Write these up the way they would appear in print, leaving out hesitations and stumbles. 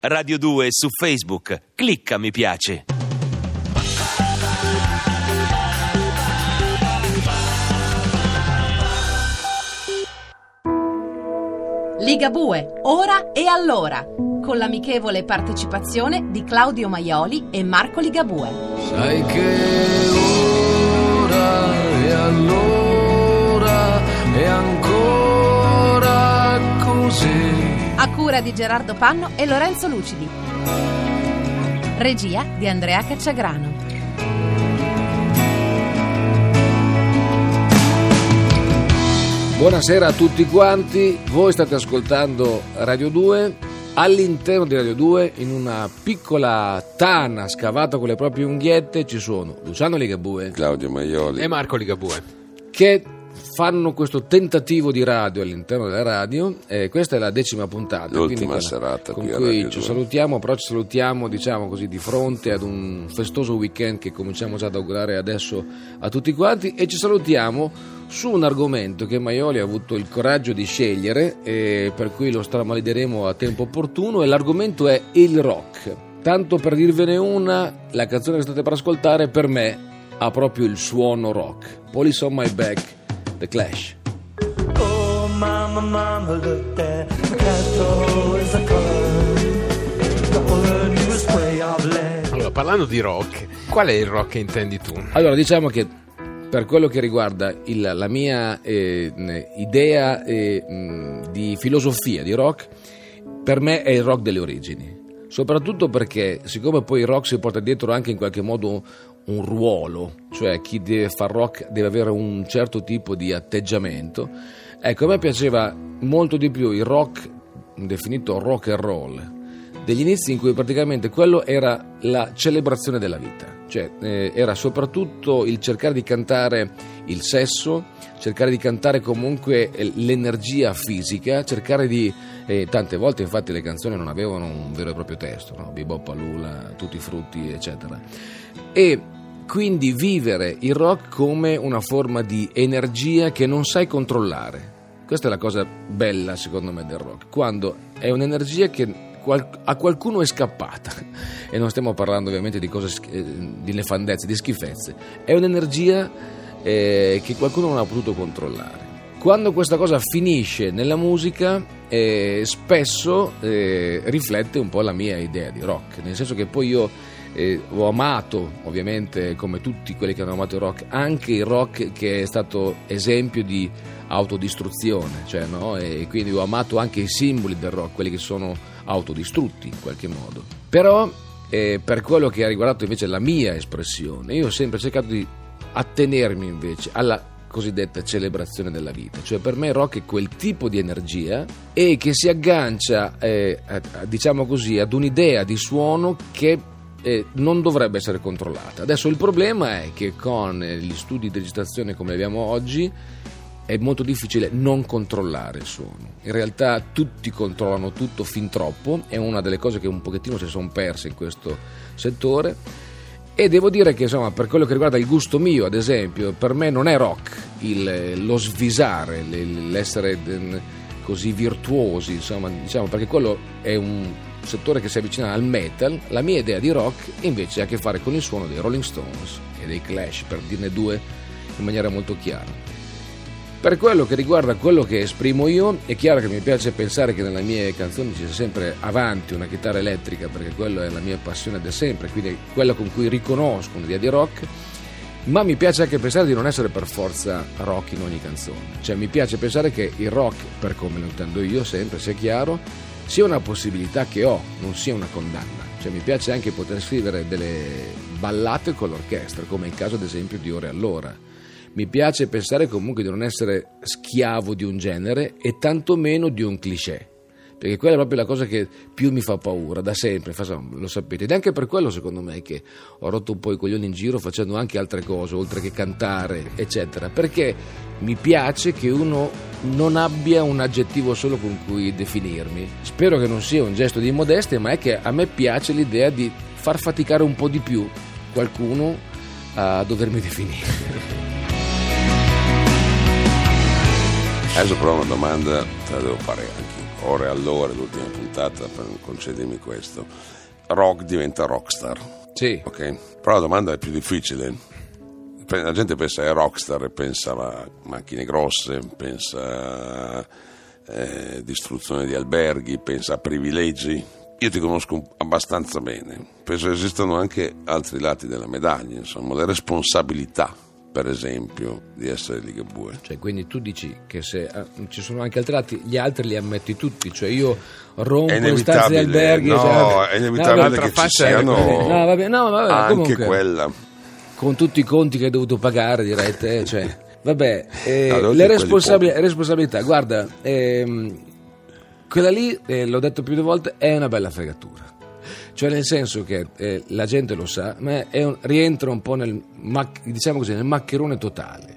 Radio 2 su Facebook. Clicca mi piace. Ligabue, ora e allora, con l'amichevole partecipazione di Claudio Maioli e Marco Ligabue. Sai che ora e allora è ancora così. A cura di Gerardo Panno e Lorenzo Lucidi. Regia di Andrea Cacciagrano. Buonasera a tutti quanti, voi state ascoltando Radio 2. All'interno di Radio 2, in una piccola tana scavata con le proprie unghiette, ci sono Luciano Ligabue, Claudio Maioli e Marco Ligabue, che fanno questo tentativo di radio all'interno della radio. Questa è la 10ª puntata, l'ultima serata con qui cui a ci salutiamo, però ci salutiamo, diciamo così, di fronte ad un festoso weekend che cominciamo già ad augurare adesso a tutti quanti, e ci salutiamo su un argomento che Maioli ha avuto il coraggio di scegliere, per cui lo stramalideremo a tempo opportuno, e l'argomento è il rock. Tanto per dirvene una, la canzone che state per ascoltare per me ha proprio il suono rock. Police on My Back, The Clash. Oh mama, mama, look there, the cattle is a color, the newest way of life. Allora, parlando di rock, qual è il rock che intendi tu? Allora, diciamo che per quello che riguarda la mia idea di filosofia di rock, per me è il rock delle origini. Soprattutto perché, siccome poi il rock si porta dietro anche in qualche modo un ruolo, cioè chi deve far rock deve avere un certo tipo di atteggiamento, ecco, a me piaceva molto di più il rock definito rock and roll degli inizi, in cui praticamente quello era la celebrazione della vita, cioè era soprattutto il cercare di cantare il sesso, cercare di cantare comunque l'energia fisica, cercare di tante volte infatti le canzoni non avevano un vero e proprio testo, no? Bebop, Palula, Tutti i Frutti, eccetera, e quindi vivere il rock come una forma di energia che non sai controllare. Questa è la cosa bella secondo me del rock, quando è un'energia che a qualcuno è scappata, e non stiamo parlando ovviamente di cose di nefandezze, di schifezze, è un'energia che qualcuno non ha potuto controllare. Quando questa cosa finisce nella musica, spesso riflette un po' la mia idea di rock, nel senso che poi io ho amato, ovviamente come tutti quelli che hanno amato il rock, anche il rock che è stato esempio di autodistruzione, cioè, no? E quindi ho amato anche i simboli del rock, quelli che sono autodistrutti in qualche modo. Però per quello che ha riguardato invece la mia espressione, io ho sempre cercato di attenermi invece alla cosiddetta celebrazione della vita, cioè per me il rock è quel tipo di energia e che si aggancia diciamo così ad un'idea di suono che non dovrebbe essere controllata. Adesso il problema è che con gli studi di registrazione come li abbiamo oggi è molto difficile non controllare il suono. In realtà tutti controllano tutto fin troppo, è una delle cose che un pochettino si sono perse in questo settore, e devo dire che insomma, per quello che riguarda il gusto mio, ad esempio, per me non è rock lo svisare, l'essere così virtuosi, insomma, diciamo, perché quello è un settore che si avvicina al metal. La mia idea di rock invece ha a che fare con il suono dei Rolling Stones e dei Clash, per dirne due in maniera molto chiara. Per quello che riguarda quello che esprimo io, è chiaro che mi piace pensare che nelle mie canzoni ci sia sempre avanti una chitarra elettrica, perché quella è la mia passione da sempre, quindi quella con cui riconosco un'idea di rock, ma mi piace anche pensare di non essere per forza rock in ogni canzone. Cioè mi piace pensare che il rock, per come lo intendo io sempre, sia chiaro, sia una possibilità che ho, non sia una condanna. Cioè mi piace anche poter scrivere delle ballate con l'orchestra, come è il caso ad esempio di Ore e Allora. Mi piace pensare comunque di non essere schiavo di un genere e tantomeno di un cliché, perché quella è proprio la cosa che più mi fa paura da sempre, lo sapete, ed è anche per quello secondo me che ho rotto un po' i coglioni in giro facendo anche altre cose oltre che cantare eccetera, perché mi piace che uno non abbia un aggettivo solo con cui definirmi. Spero che non sia un gesto di modestia, ma è che a me piace l'idea di far faticare un po' di più qualcuno a dovermi definire. Adesso però una domanda te la devo fare anche io. Ore all'ora, l'ultima puntata, concedimi questo. Rock diventa rockstar. Sì. Ok? Però la domanda è più difficile. La gente pensa ai rockstar e pensa a macchine grosse, pensa a distruzione di alberghi, pensa a privilegi. Io ti conosco abbastanza bene, penso che esistano anche altri lati della medaglia, insomma, le responsabilità, per esempio, di essere Ligabue. Cioè, quindi tu dici che se ci sono anche altri lati, gli altri li ammetti tutti, cioè io rompo le stanze di alberghi. No, è inevitabile che ci siano vabbè, anche comunque, quella. Con tutti i conti che hai dovuto pagare, direi te, cioè, vabbè, No, le responsabilità, guarda, quella lì, l'ho detto più di volte, è una bella fregatura. Cioè, nel senso che la gente lo sa, ma rientra un po' nel maccherone totale.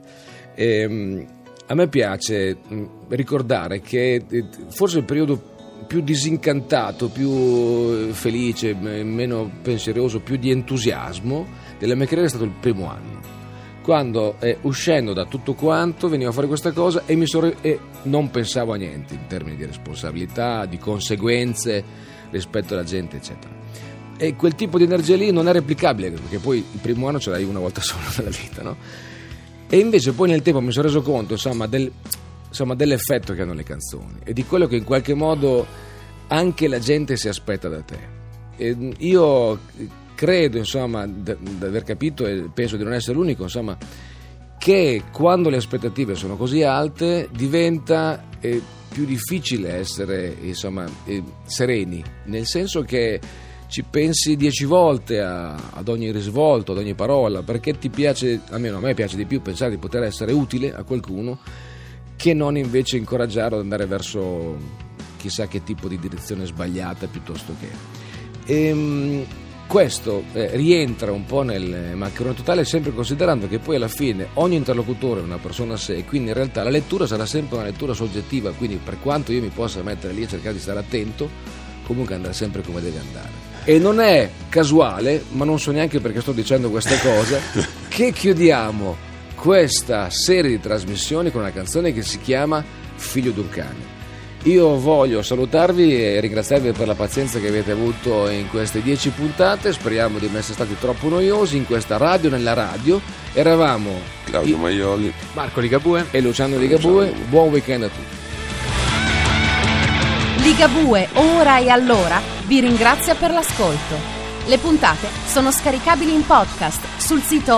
A me piace ricordare che forse il periodo più disincantato, più felice, meno pensieroso, più di entusiasmo della mia carriera è stato il primo anno, quando uscendo da tutto quanto veniva a fare questa cosa e non pensavo a niente in termini di responsabilità, di conseguenze rispetto alla gente, eccetera. E quel tipo di energia lì non è replicabile, perché poi il primo anno ce l'hai una volta sola nella vita, no? E invece poi nel tempo mi sono reso conto, insomma, dell'effetto che hanno le canzoni e di quello che in qualche modo anche la gente si aspetta da te. E io credo, insomma, di aver capito, e penso di non essere l'unico, insomma, che quando le aspettative sono così alte diventa più difficile essere, insomma, sereni, nel senso che ci pensi 10 volte ad ogni risvolto, ad ogni parola, perché ti piace, almeno a me piace di più pensare di poter essere utile a qualcuno che non invece incoraggarlo ad andare verso chissà che tipo di direzione sbagliata piuttosto che. Questo rientra un po' nel maccherone totale, sempre considerando che poi alla fine ogni interlocutore è una persona a sé, quindi in realtà la lettura sarà sempre una lettura soggettiva, quindi per quanto io mi possa mettere lì a cercare di stare attento, comunque andrà sempre come deve andare. E non è casuale, ma non so neanche perché sto dicendo questa cosa, che chiudiamo questa serie di trasmissioni con una canzone che si chiama Figlio d'un cane. Io voglio salutarvi e ringraziarvi per la pazienza che avete avuto in queste 10 puntate. Speriamo di non essere stati troppo noiosi in questa radio nella radio. Eravamo Claudio Maioli, Marco Ligabue e Luciano Ligabue. Buon weekend a tutti. Ligabue ora e allora vi ringrazia per l'ascolto. Le puntate sono scaricabili in podcast sul sito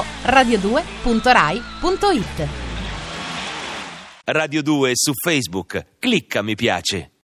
radio2.rai.it. Radio 2 su Facebook. Clicca mi piace.